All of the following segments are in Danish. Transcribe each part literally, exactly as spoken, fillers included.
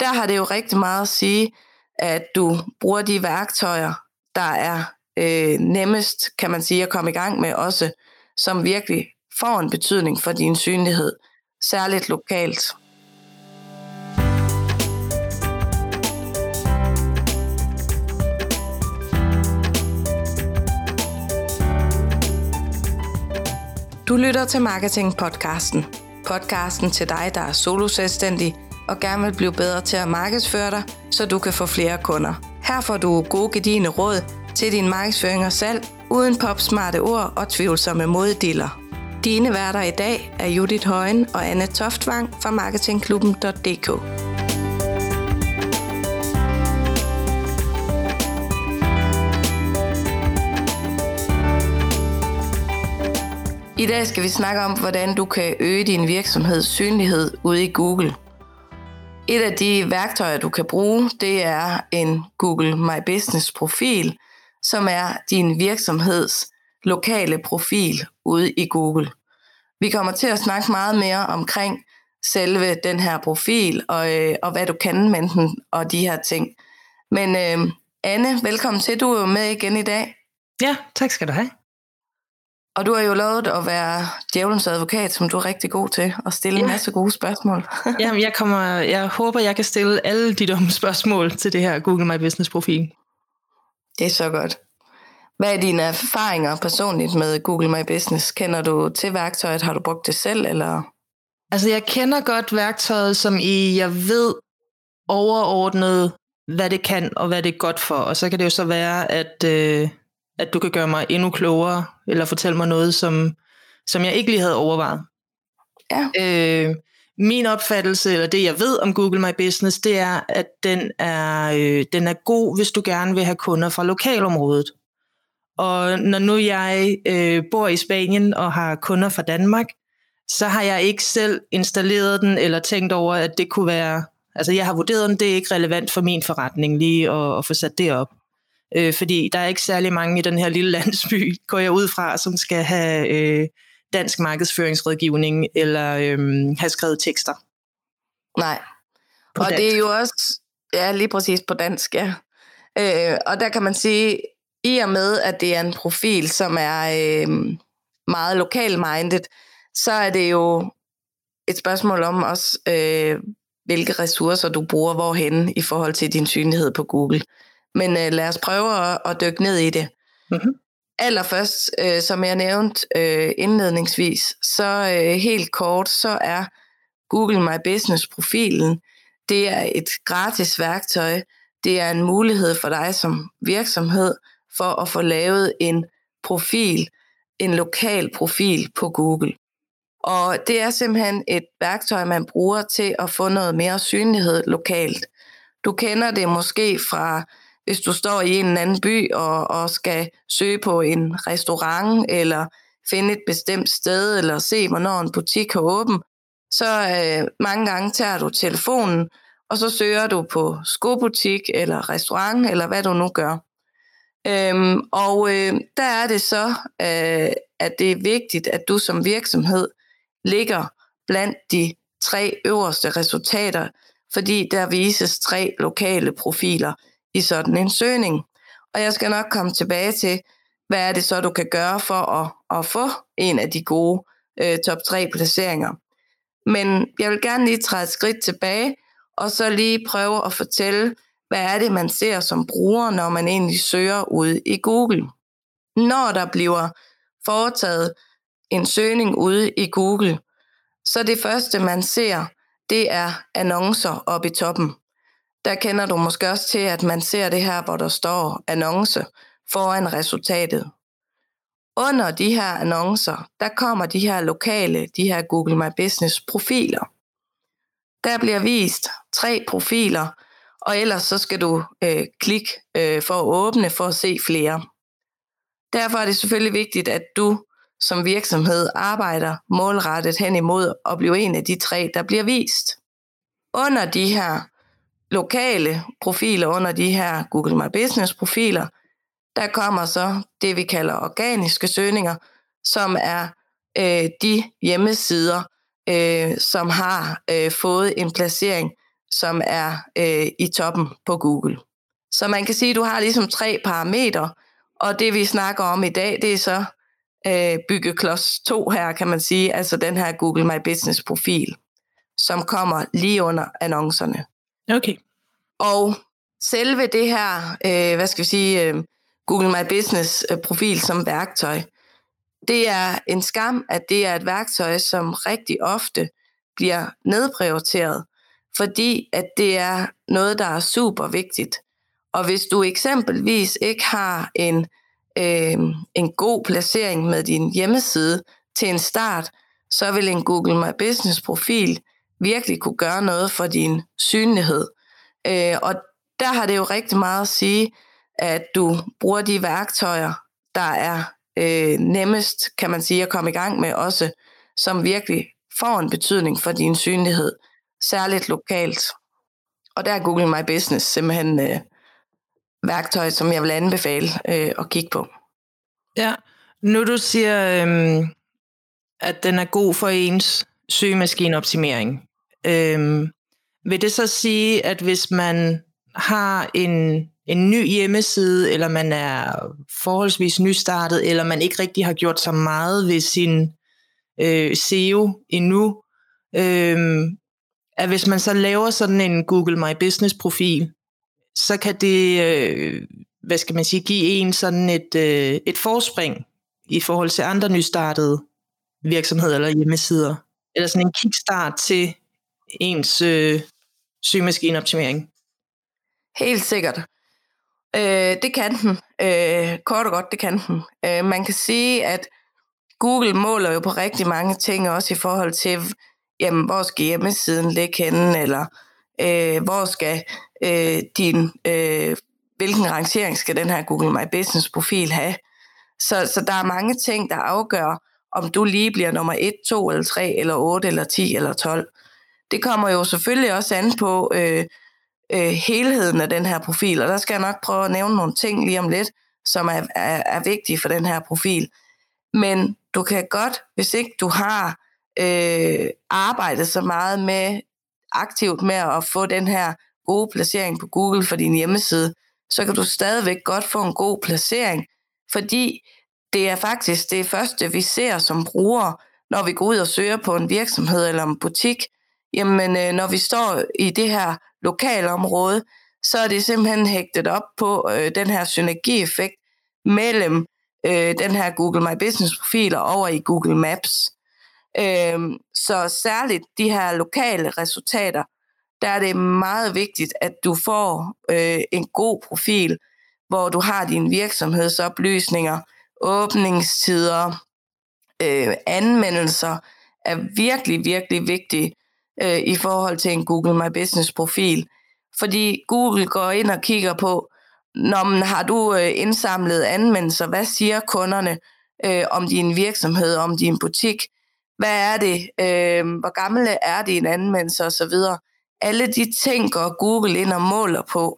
der har det jo rigtig meget at sige, at du bruger de værktøjer, der er øh, nemmest, kan man sige, at komme i gang med også, som virkelig får en betydning for din synlighed, særligt lokalt. Du lytter til Marketing-podcasten. Podcasten til dig, der er soloselvstændig og gerne vil blive bedre til at markedsføre dig, så du kan få flere kunder. Her får du gode gedigne råd til din markedsføring og salg, uden popsmarte ord og tvivlsomme moddiller. Dine værter i dag er Judith Højen og Anne Toftvang fra marketingklubben punktum d k. I dag skal vi snakke om, hvordan du kan øge din virksomheds synlighed ude i Google. Et af de værktøjer, du kan bruge, det er en Google My Business profil, som er din virksomheds lokale profil ude i Google. Vi kommer til at snakke meget mere omkring selve den her profil, og, øh, og hvad du kan med den, og de her ting. Men øh, Anne, velkommen til. Du er jo med igen i dag. Ja, tak skal du have. Og du har jo lovet at være djævelens advokat, som du er rigtig god til, at stille ja. en masse gode spørgsmål. Jamen, jeg, kommer, jeg håber, jeg kan stille alle de dumme spørgsmål til det her Google My Business profil. Det er så godt. Hvad er dine erfaringer personligt med Google My Business? Kender du til værktøjet? Har du brugt det selv? Eller? Altså, jeg kender godt værktøjet, som i, jeg ved overordnet, hvad det kan og hvad det er godt for. Og så kan det jo så være, at... Øh, at du kan gøre mig endnu klogere, eller fortælle mig noget, som, som jeg ikke lige havde overvejet. Ja. Øh, min opfattelse, eller det jeg ved om Google My Business, det er, at den er, øh, den er god, hvis du gerne vil have kunder fra lokalområdet. Og når nu jeg øh, bor i Spanien og har kunder fra Danmark, så har jeg ikke selv installeret den, eller tænkt over, at det kunne være... Altså jeg har vurderet, at det er ikke relevant for min forretning lige at, at få sat det op. Øh, fordi der er ikke særlig mange i den her lille landsby, går jeg ud fra, som skal have øh, dansk markedsføringsrådgivning eller øh, have skrevet tekster. Nej, på og dansk. Det er jo også, ja lige præcis på dansk, ja. Øh, og der kan man sige, i og med at det er en profil, som er øh, meget lokal-minded, så er det jo et spørgsmål om også, øh, hvilke ressourcer du bruger hvorhen i forhold til din synlighed på Google. Men øh, lad os prøve at, at dykke ned i det. Mm-hmm. Allerførst, øh, som jeg nævnte øh, indledningsvis, så øh, helt kort, så er Google My Business profilen, det er et gratis værktøj. Det er en mulighed for dig som virksomhed for at få lavet en profil, en lokal profil på Google. Og det er simpelthen et værktøj, man bruger til at få noget mere synlighed lokalt. Du kender det måske fra... Hvis du står i en eller anden by og, og skal søge på en restaurant, eller finde et bestemt sted, eller se, hvornår en butik har åben, så øh, mange gange tager du telefonen, og så søger du på skobutik, eller restaurant, eller hvad du nu gør. Øhm, og øh, der er det så, øh, at det er vigtigt, at du som virksomhed ligger blandt de tre øverste resultater, fordi der vises tre lokale profiler i sådan en søgning. Og jeg skal nok komme tilbage til, hvad er det så, du kan gøre for at, at få en af de gode øh, top tre placeringer. Men jeg vil gerne lige træde et skridt tilbage, og så lige prøve at fortælle, hvad er det, man ser som bruger, når man egentlig søger ude i Google. Når der bliver foretaget en søgning ude i Google, så det første, man ser, det er annoncer oppe i toppen. Der kender du måske også til, at man ser det her, hvor der står annonce foran resultatet. Under de her annoncer, der kommer de her lokale, de her Google My Business profiler. Der bliver vist tre profiler, og ellers så skal du øh, klikke øh, for at åbne for at se flere. Derfor er det selvfølgelig vigtigt, at du som virksomhed arbejder målrettet hen imod at blive en af de tre, der bliver vist. Under de her lokale profiler, under de her Google My Business profiler, der kommer så det, vi kalder organiske søgninger, som er øh, de hjemmesider, øh, som har øh, fået en placering som er øh, i toppen på Google. Så man kan sige, at du har ligesom tre parametre, og det vi snakker om i dag, det er så øh, byggeklods to her, kan man sige, altså den her Google My Business profil, som kommer lige under annoncerne. Okay. Og selve det her, øh, hvad skal vi sige, øh, Google My Business profil som værktøj, det er en skam, at det er et værktøj, som rigtig ofte bliver nedprioriteret, fordi at det er noget, der er super vigtigt. Og hvis du eksempelvis ikke har en, øh, en god placering med din hjemmeside til en start, så vil en Google My Business profil virkelig kunne gøre noget for din synlighed. Øh, og der har det jo rigtig meget at sige, at du bruger de værktøjer, der er øh, nemmest, kan man sige, at komme i gang med også, som virkelig får en betydning for din synlighed, særligt lokalt. Og der er Google My Business simpelthen øh, værktøj, som jeg vil anbefale øh, at kigge på. Ja, nu du siger, øhm, at den er god for ens søgemaskineoptimering. Øhm, vil det så sige, at hvis man har en, en ny hjemmeside, eller man er forholdsvis nystartet, eller man ikke rigtig har gjort så meget ved sin øh, S E O endnu, øhm, at hvis man så laver sådan en Google My Business profil, så kan det, øh, hvad skal man sige, give en sådan et, øh, et forspring i forhold til andre nystartede virksomheder eller hjemmesider, eller sådan en kickstart til ens øh, søgemaskineoptimering. Helt sikkert. Øh, det kan den. Øh, kort og godt, det kan den. Øh, man kan sige, at Google måler jo på rigtig mange ting, også i forhold til, jamen, hvor skal hjemmesiden ligge henne, eller øh, hvor skal øh, din, øh, hvilken rangering skal den her Google My Business profil have. Så, så der er mange ting, der afgør, om du lige bliver nummer et, to eller tre, eller otte, eller ti, eller tolv. Det kommer jo selvfølgelig også an på øh, øh, helheden af den her profil, og der skal jeg nok prøve at nævne nogle ting lige om lidt, som er, er, er vigtige for den her profil. Men du kan godt, hvis ikke du har øh, arbejdet så meget med aktivt med at få den her gode placering på Google for din hjemmeside, så kan du stadigvæk godt få en god placering, fordi det er faktisk det første, vi ser som brugere, når vi går ud og søger på en virksomhed eller en butik. Jamen, øh, når vi står i det her lokalområde, så er det simpelthen hægtet op på øh, den her synergieffekt mellem øh, den her Google My Business profil og over i Google Maps. Øh, så særligt de her lokale resultater, der er det meget vigtigt, at du får øh, en god profil, hvor du har dine virksomhedsoplysninger, åbningstider, øh, anmeldelser, er virkelig, virkelig vigtige øh, i forhold til en Google My Business profil. Fordi Google går ind og kigger på, når man har du øh, indsamlet anmeldelser, hvad siger kunderne øh, om din virksomhed, om din butik, hvad er det, øh, hvor gamle er dine anmeldelser osv. Alle de ting går Google ind og måler på.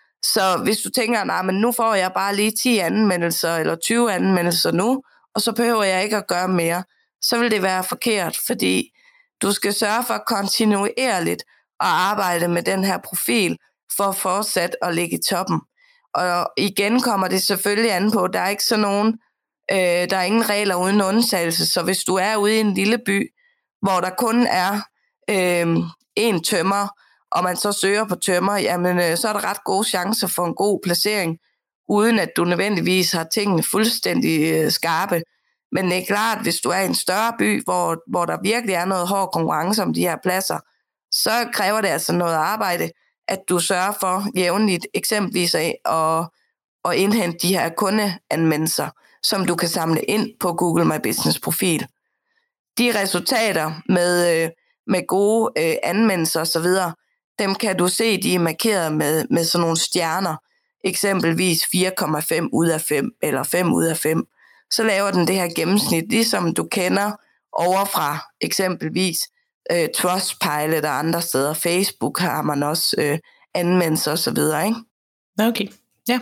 Så hvis du tænker, nej, men nu får jeg bare lige ti anmeldelser eller tyve anmeldelser nu, og så behøver jeg ikke at gøre mere, så vil det være forkert, fordi du skal sørge for kontinuerligt at arbejde med den her profil, for at fortsat at ligge i toppen. Og igen kommer det selvfølgelig an på, der er ikke så nogen, øh, der er ingen regler uden undtagelse, så hvis du er ude i en lille by, hvor der kun er øh, en tømmer, og man så søger på tømmer, jamen øh, så er der ret gode chancer for en god placering, uden at du nødvendigvis har tingene fuldstændig øh, skarpe. Men det er klart, hvis du er i en større by, hvor, hvor der virkelig er noget hård konkurrence om de her pladser, så kræver det altså noget arbejde, at du sørger for jævnligt eksempelvis at, at, at indhente de her kundeanmeldelser, som du kan samle ind på Google My Business profil. De resultater med, øh, med gode øh, anmeldelser osv., dem kan du se, de er markeret med, med sådan nogle stjerner, eksempelvis fire komma fem ud af fem eller fem ud af fem. Så laver den det her gennemsnit, ligesom du kender over fra eksempelvis øh, Trustpilot og andre steder. Facebook har man også øh, anmeldelser og så videre, ikke? Okay, ja.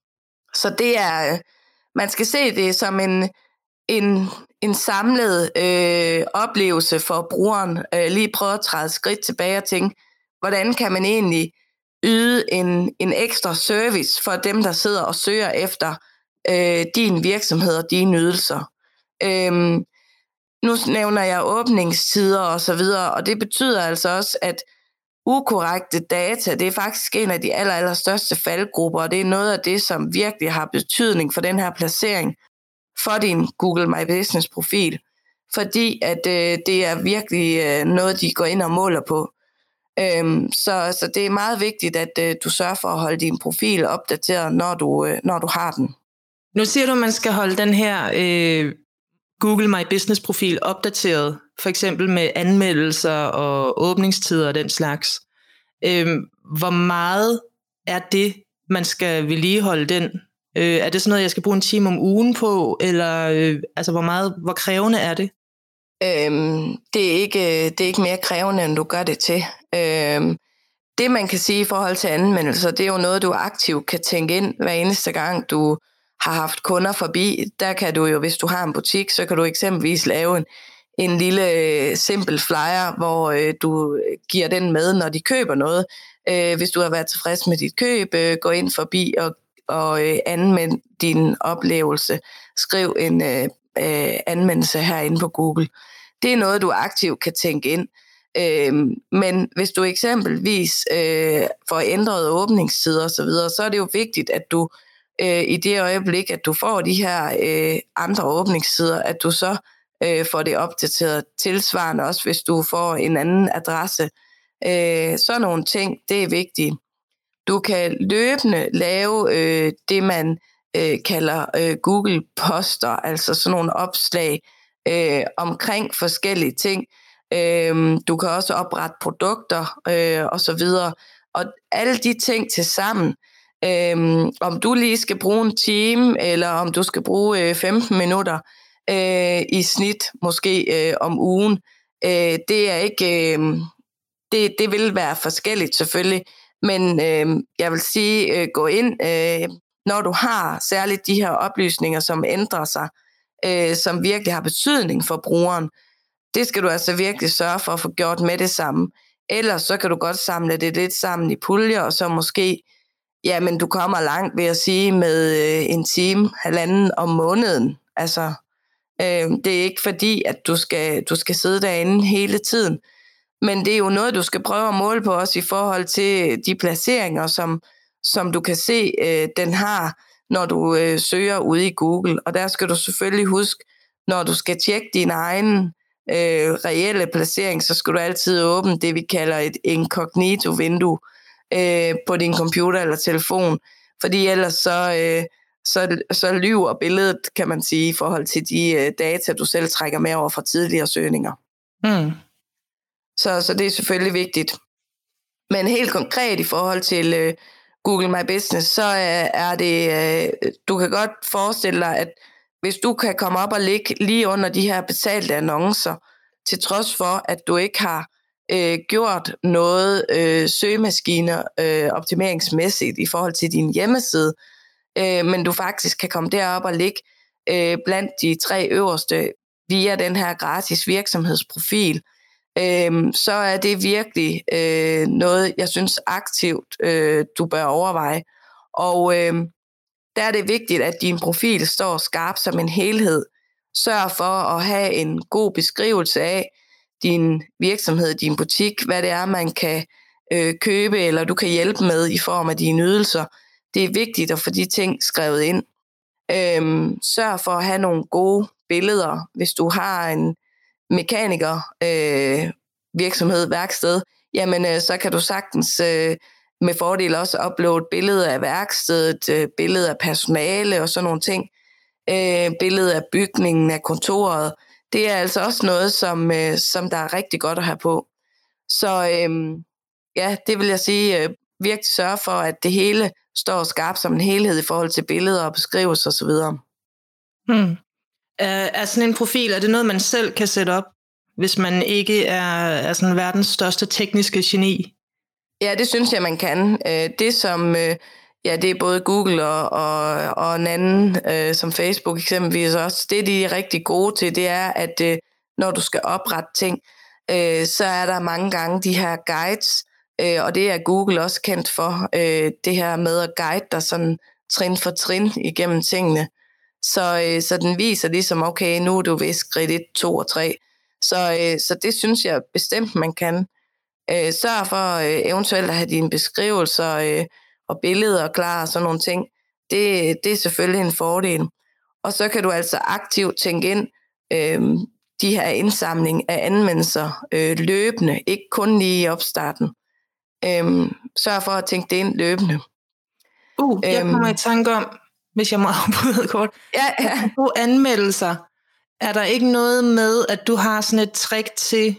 Så det er, øh, man skal se det som en, en, en samlet øh, oplevelse for brugeren. Øh, lige prøve at træde skridt tilbage og tænke, hvordan kan man egentlig yde en, en ekstra service for dem, der sidder og søger efter øh, din virksomhed og dine ydelser. Øhm, nu nævner jeg åbningstider og så videre, og det betyder altså også, at ukorrekte data, det er faktisk en af de aller, aller største faldgrupper, og det er noget af det, som virkelig har betydning for den her placering for din Google My Business profil, fordi at øh, det er virkelig øh, noget, de går ind og måler på. Øhm, så, så det er meget vigtigt, at øh, du sørger for at holde din profil opdateret, når du, øh, når du har den. Nu siger du, at man skal holde den her øh, Google My Business profil opdateret, for eksempel med anmeldelser og åbningstider og den slags. Øh, hvor meget er det, man skal vedligeholde den? Øh, er det sådan noget, jeg skal bruge en time om ugen på, eller øh, altså hvor meget, hvor krævende er det? Øhm, det, er ikke, det er ikke mere krævende, end du gør det til. Øhm, det, man kan sige i forhold til anmeldelser, det er jo noget, du aktivt kan tænke ind hver eneste gang, du har haft kunder forbi. Der kan du jo, hvis du har en butik, så kan du eksempelvis lave en, en lille simpel flyer, hvor øh, du giver den med, når de køber noget. Øh, hvis du har været tilfreds med dit køb, øh, gå ind forbi og, og øh, anmeld din oplevelse. Skriv en øh, øh, anmeldelse herinde på Google. Det er noget, du aktivt kan tænke ind. Øh, men hvis du eksempelvis øh, får ændret åbningstider osv., så, så er det jo vigtigt, at du øh, i det øjeblik, at du får de her øh, andre åbningstider, at du så øh, får det opdateret tilsvarende, også hvis du får en anden adresse. Øh, sådan nogle ting, det er vigtigt. Du kan løbende lave øh, det, man øh, kalder øh, Google-poster, altså sådan nogle opslag øh, omkring forskellige ting. Øh, du kan også oprette produkter øh, og så videre. Og alle de ting til sammen, øh, om du lige skal bruge en time, eller om du skal bruge øh, femten minutter øh, i snit, måske øh, om ugen, øh, det er ikke... Øh, det, det vil være forskelligt selvfølgelig, men øh, jeg vil sige, øh, gå ind, øh, når du har særligt de her oplysninger, som ændrer sig, øh, som virkelig har betydning for brugeren. Det skal du altså virkelig sørge for at få gjort med det samme. Ellers så kan du godt samle det lidt sammen i puljer, og så måske, ja, men du kommer langt ved at sige med øh, en time, halvanden om måneden. Altså, øh, det er ikke fordi, at du skal, du skal sidde derinde hele tiden. Men det er jo noget, du skal prøve at måle på også i forhold til de placeringer, som, som du kan se, øh, den har, når du øh, søger ude i Google. Og der skal du selvfølgelig huske, når du skal tjekke din egen øh, reelle placering, så skal du altid åbne det, vi kalder et incognito-vindue øh, på din computer eller telefon. Fordi ellers så, øh, så, så lyver billedet, kan man sige, i forhold til de øh, data, du selv trækker med over fra tidligere søgninger. Mm. Så, så det er selvfølgelig vigtigt. Men helt konkret i forhold til øh, Google My Business, så er, er det, øh, du kan godt forestille dig, at hvis du kan komme op og ligge lige under de her betalte annoncer, til trods for, at du ikke har øh, gjort noget øh, søgemaskiner øh, optimeringsmæssigt i forhold til din hjemmeside, øh, men du faktisk kan komme derop og ligge øh, blandt de tre øverste via den her gratis virksomhedsprofil, Øhm, så er det virkelig øh, noget, jeg synes aktivt, øh, du bør overveje. Og øh, der er det vigtigt, at din profil står skarp som en helhed. Sørg for at have en god beskrivelse af din virksomhed, din butik, hvad det er, man kan øh, købe, eller du kan hjælpe med i form af dine ydelser. Det er vigtigt at få de ting skrevet ind. Øhm, sørg for at have nogle gode billeder, hvis du har en mekaniker, øh, virksomhed, værksted, jamen øh, så kan du sagtens øh, med fordel også uploade billeder af værkstedet, øh, billeder af personale og sådan nogle ting, øh, billeder af bygningen, af kontoret. Det er altså også noget, som, øh, som der er rigtig godt at have på. Så øh, ja, det vil jeg sige, øh, virkelig sørge for, at det hele står skarpt som en helhed i forhold til billeder og beskrivelser osv. Hmm. Er sådan en profil, er det noget, man selv kan sætte op, hvis man ikke er, er sådan verdens største tekniske geni? Ja, det synes jeg, man kan. Det som, ja, det er både Google og, og, og en anden, som Facebook eksempelvis også, det de er rigtig gode til, det er, at når du skal oprette ting, så er der mange gange de her guides, øh, og det er Google også kendt for, øh, det her med at guide dig sådan trin for trin igennem tingene. Så, øh, så den viser ligesom, okay, nu er du ved skridt et, to og tre. Så, øh, så det synes jeg bestemt, man kan. Øh, sørg for øh, eventuelt at have dine beskrivelser øh, og billeder klar og sådan nogle ting. Det, det er selvfølgelig en fordel. Og så kan du altså aktivt tænke ind øh, de her indsamling af anmeldelser øh, løbende, ikke kun lige i opstarten. Øh, sørg for at tænke det ind løbende. Uh, jeg kommer i tanke om, hvis jeg må afbryde kort. Ja, ja. På anmeldelser, er der ikke noget med, at du har sådan et trick til,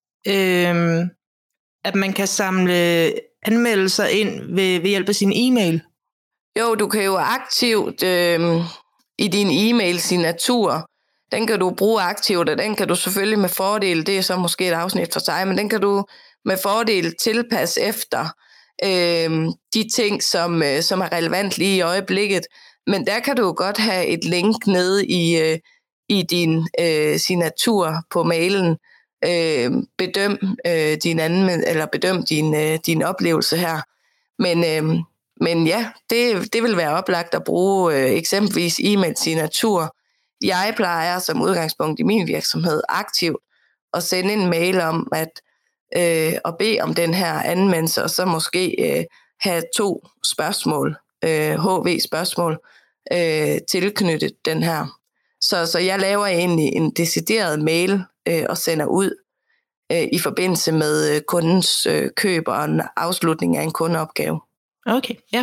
øhm, at man kan samle anmeldelser ind ved, ved hjælp af sin e-mail? Jo, du kan jo aktivt øh, i din e-mail-signatur, den kan du bruge aktivt, og den kan du selvfølgelig med fordel, det er så måske et afsnit for sig, men den kan du med fordel tilpasse efter øh, de ting, som, øh, som er relevant lige i øjeblikket. Men der kan du godt have et link nede i, øh, i din øh, signatur på mailen. Øh, bedøm øh, din anden, eller bedøm din, øh, din oplevelse her. Men, øh, men ja, det, det vil være oplagt at bruge øh, eksempelvis e-mail-signatur. Jeg plejer som udgangspunkt i min virksomhed aktivt at sende en mail om at øh, at bede om den her anmeldelse, og så måske øh, have to spørgsmål, øh, H V-spørgsmål, øh, tilknyttet den her. Så, så jeg laver egentlig en decideret mail øh, og sender ud øh, i forbindelse med øh, kundens øh, køb og en afslutning af en kundeopgave. Okay, ja.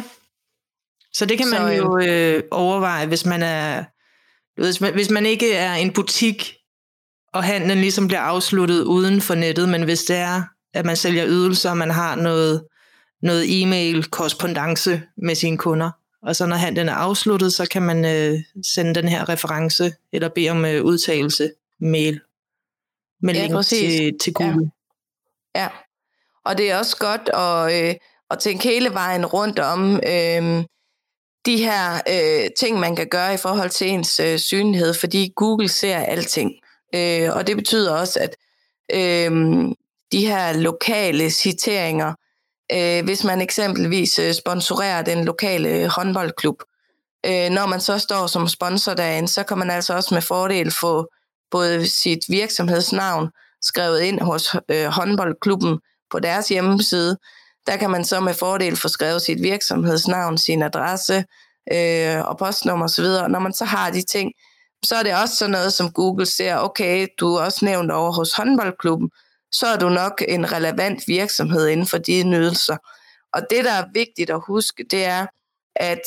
Så det kan man så, jo øh, overveje, hvis man er, hvis man, hvis man ikke er en butik, og handlen ligesom bliver afsluttet uden for nettet, men hvis det er, at man sælger ydelser, og man har noget, noget e-mail-korrespondance med sine kunder, og så når handlen er afsluttet, så kan man øh, sende den her reference, eller bede om øh, udtagelse mail med ja, link til, til Google. Ja. ja, og det er også godt at, øh, at tænke hele vejen rundt om øh, de her øh, ting, man kan gøre i forhold til ens øh, synlighed, fordi Google ser alting. Øh, og det betyder også, at øh, de her lokale citeringer, øh, hvis man eksempelvis øh, sponsorerer den lokale håndboldklub, øh, når man så står som sponsor derinde, så kan man altså også med fordel få både sit virksomhedsnavn skrevet ind hos øh, håndboldklubben på deres hjemmeside. Der kan man så med fordel få skrevet sit virksomhedsnavn, sin adresse øh, og postnummer osv. Når man så har de ting, så er det også sådan noget, som Google ser, okay, du er også nævnt over hos håndboldklubben, så er du nok en relevant virksomhed inden for de nydelser. Og det, der er vigtigt at huske, det er, at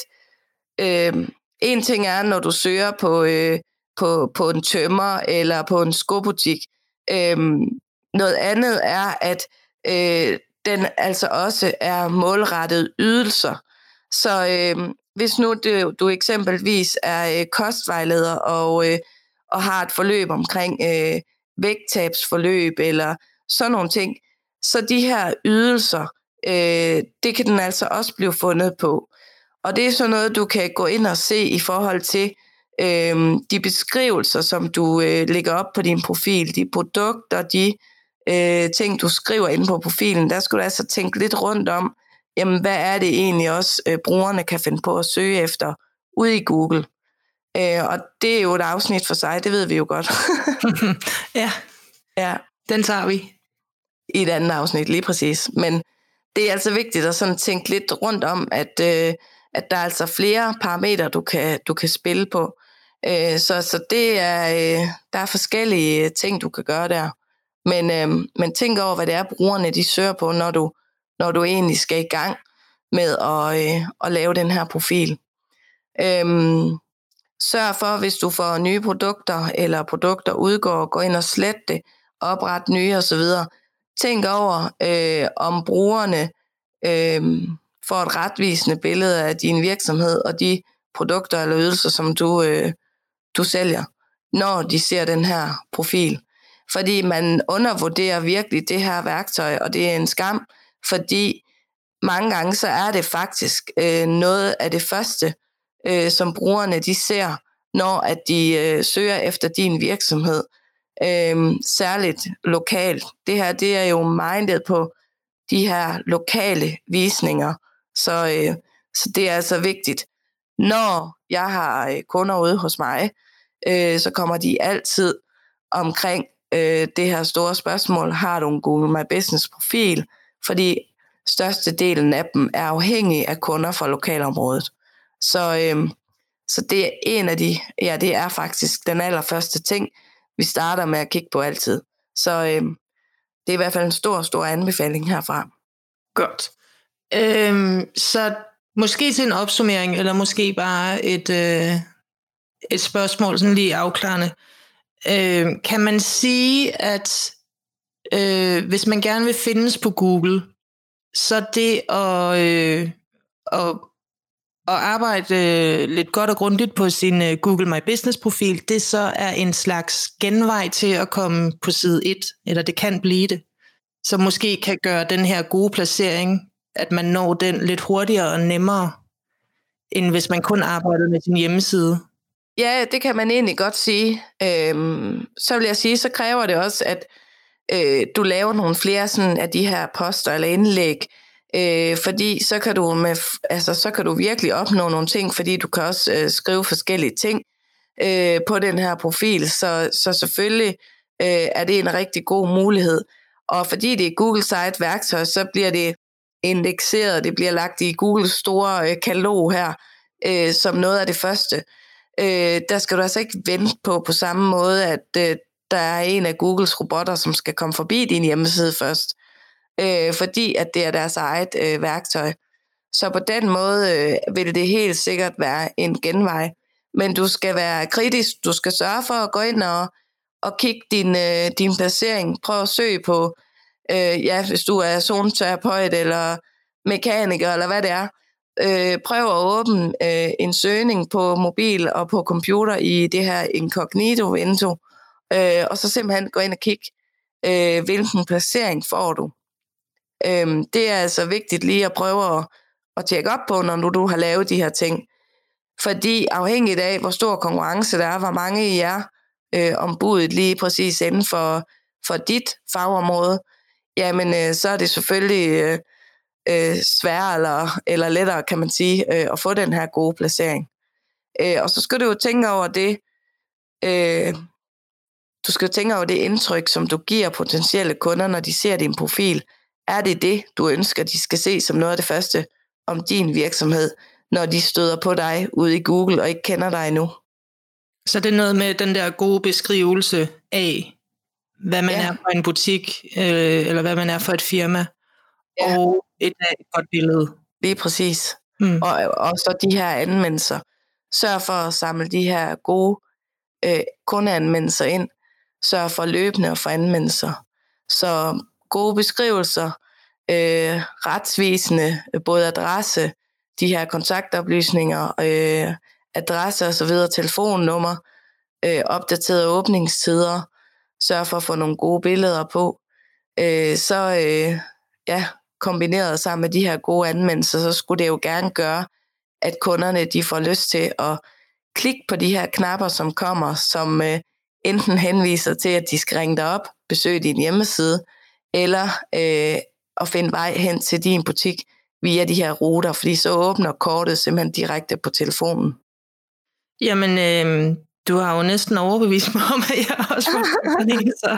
øh, en ting er, når du søger på, øh, på, på en tømmer eller på en skobutik. Øh, noget andet er, at øh, den altså også er målrettet ydelser. Så øh, hvis nu du, du eksempelvis er øh, kostvejleder og, øh, og har et forløb omkring øh, vægttabsforløb eller sådan nogle ting, så de her ydelser, øh, det kan den altså også blive fundet på. Og det er sådan noget, du kan gå ind og se i forhold til øh, de beskrivelser, som du øh, lægger op på din profil, de produkter, de øh, ting, du skriver inde på profilen. Der skal du altså tænke lidt rundt om, jamen hvad er det egentlig også, øh, brugerne kan finde på at søge efter ude i Google. Øh, og det er jo et afsnit for sig, det ved vi jo godt. ja. ja, den tager vi. I et andet afsnit, lige præcis. Men det er altså vigtigt at sådan tænke lidt rundt om, at, øh, at der er altså flere parametre, du kan, du kan spille på. Øh, så, så det er, øh, der er forskellige ting, du kan gøre der. Men, øh, men tænk over, hvad det er, brugerne de søger på, når du, når du egentlig skal i gang med at, øh, at lave den her profil. Øhm, sørg for, hvis du får nye produkter, eller produkter udgår, gå ind og slet det, opret nye osv. Tænk over, øh, om brugerne øh, får et retvisende billede af din virksomhed og de produkter eller ydelser, som du, øh, du sælger, når de ser den her profil. Fordi man undervurderer virkelig det her værktøj, og det er en skam, fordi mange gange så er det faktisk øh, noget af det første, øh, som brugerne de ser, når at de øh, søger efter din virksomhed, øh, særligt lokalt. Det her det er jo mindet på de her lokale visninger. Så, øh, så det er altså vigtigt. Når jeg har øh, kunder ude hos mig, øh, så kommer de altid omkring øh, det her store spørgsmål, har du en Google My Business profil? Fordi størstedelen af dem er afhængige af kunder fra lokalområdet. Så, øh, så det er en af de, ja, det er faktisk den allerførste ting, vi starter med at kigge på altid. Så øh, det er i hvert fald en stor, stor anbefaling herfra. Godt. Øhm, så måske til en opsummering, eller måske bare et, øh, et spørgsmål, sådan lige afklarende. Øh, kan man sige, at øh, hvis man gerne vil findes på Google, så det at, øh, at, at arbejde øh, lidt godt og grundigt på sin øh, Google My Business profil, det så er en slags genvej til at komme på side et, eller det kan blive det, så måske kan gøre den her gode placering, at man når den lidt hurtigere og nemmere, end hvis man kun arbejder med sin hjemmeside. Ja, det kan man egentlig godt sige. Øhm, så vil jeg sige, så kræver det også, at øh, du laver nogle flere sådan, af de her poster eller indlæg, øh, fordi så kan, du med, altså, så kan du virkelig opnå nogle ting, fordi du kan også øh, skrive forskellige ting øh, på den her profil, så, så selvfølgelig øh, er det en rigtig god mulighed. Og fordi det er Google Site værktøj, så bliver det indekseret, det bliver lagt i Googles store øh, katalog her, øh, som noget af det første. Øh, der skal du altså ikke vente på på samme måde, at øh, der er en af Googles robotter, som skal komme forbi din hjemmeside først, øh, fordi at det er deres eget øh, værktøj. Så på den måde øh, vil det helt sikkert være en genvej. Men du skal være kritisk, du skal sørge for at gå ind og, og kigge din, øh, din placering. Prøv at søge på, øh, ja, hvis du er zoneterapeut eller mekaniker eller hvad det er. Øh, prøv at åbne øh, en søgning på mobil og på computer i det her incognito-vindue, øh, og så simpelthen gå ind og kigge, øh, hvilken placering får du. Øh, det er altså vigtigt lige at prøve at, at tjekke op på, når du, du har lavet de her ting. Fordi afhængigt af, hvor stor konkurrence der er, hvor mange I er øh, ombuddet lige præcis inden for, for dit fagområde, jamen øh, så er det selvfølgelig øh, øh, sværere eller, eller lettere, kan man sige, øh, at få den her gode placering. Øh, og så skal du jo tænke over det, øh, du skal jo tænke over det indtryk, som du giver potentielle kunder, når de ser din profil. Er det det, du ønsker, de skal se som noget af det første om din virksomhed, når de støder på dig ude i Google og ikke kender dig endnu? Så det er noget med den der gode beskrivelse af, hvad man ja. er for en butik, øh, eller hvad man er for et firma, ja. og et, et godt billede. Lige præcis. Mm. Og, og så de her anmeldelser. Sørg for at samle de her gode øh, kundeanmeldelser ind. Sørg for løbende at få anmeldelser. Så gode beskrivelser, øh, retsvisende, både adresse, de her kontaktoplysninger, øh, adresse og så videre, telefonnummer, øh, opdaterede åbningstider, sørg for at få nogle gode billeder på. Øh, så øh, ja, kombineret sammen med de her gode anmeldelser, så skulle det jo gerne gøre, at kunderne de får lyst til at klikke på de her knapper, som kommer, som øh, enten henviser til, at de skal ringe dig op, besøge din hjemmeside, eller øh, at finde vej hen til din butik via de her ruter, fordi så åbner kortet simpelthen direkte på telefonen. Jamen, øh, du har jo næsten overbevist mig om, at jeg også må det, så...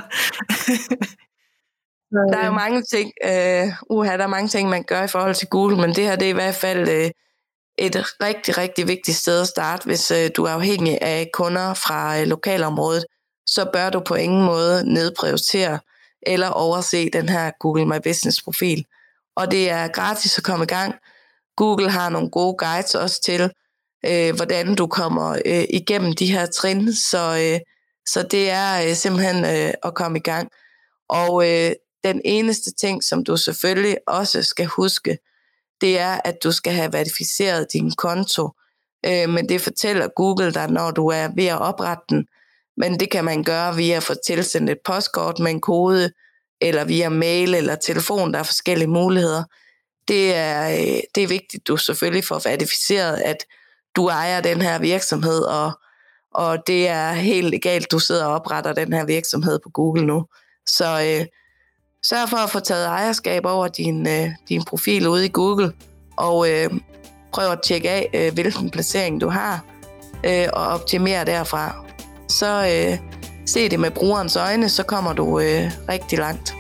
Der er jo mange ting, øh, uha, der er mange ting, man gør i forhold til Google, men det her det er i hvert fald øh, et rigtig, rigtig vigtigt sted at starte, hvis øh, du er afhængig af kunder fra øh, lokalområdet, så bør du på ingen måde nedprioritere eller overse den her Google My Business profil. Og det er gratis at komme i gang. Google har nogle gode guides også til, øh, hvordan du kommer øh, igennem de her trin, så, øh, så det er øh, simpelthen øh, at komme i gang. Og øh, den eneste ting, som du selvfølgelig også skal huske, det er, at du skal have verificeret din konto. Øh, men det fortæller Google dig, når du er ved at oprette den. Men det kan man gøre via at få tilsendt et postkort med en kode, eller via mail eller telefon. Der er forskellige muligheder. Det er, øh, det er vigtigt, at du selvfølgelig får verificeret, at du ejer den her virksomhed, og, og det er helt legalt, du sidder og opretter den her virksomhed på Google nu. Så øh, Sørg for at få taget ejerskab over din, øh, din profil ude i Google, og øh, prøv at tjekke af, øh, hvilken placering du har, øh, og optimere derfra. Så øh, se det med brugerens øjne, så kommer du øh, rigtig langt.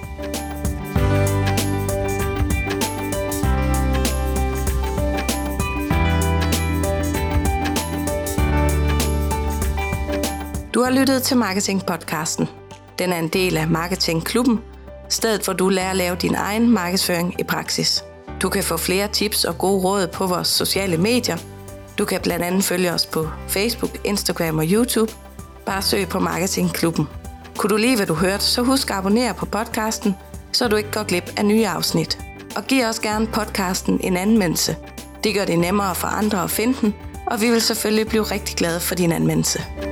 Du har lyttet til Marketing-podcasten. Den er en del af Marketing-klubben, stedet hvor du lærer at lave din egen markedsføring i praksis. Du kan få flere tips og gode råd på vores sociale medier. Du kan blandt andet følge os på Facebook, Instagram og YouTube. Bare søg på Marketing-klubben. Kunne du lide, hvad du hørte, så husk at abonnere på podcasten, så du ikke går glip af nye afsnit. Og giv også gerne podcasten en anmeldelse. Det gør det nemmere for andre at finde den, og vi vil selvfølgelig blive rigtig glade for din anmeldelse.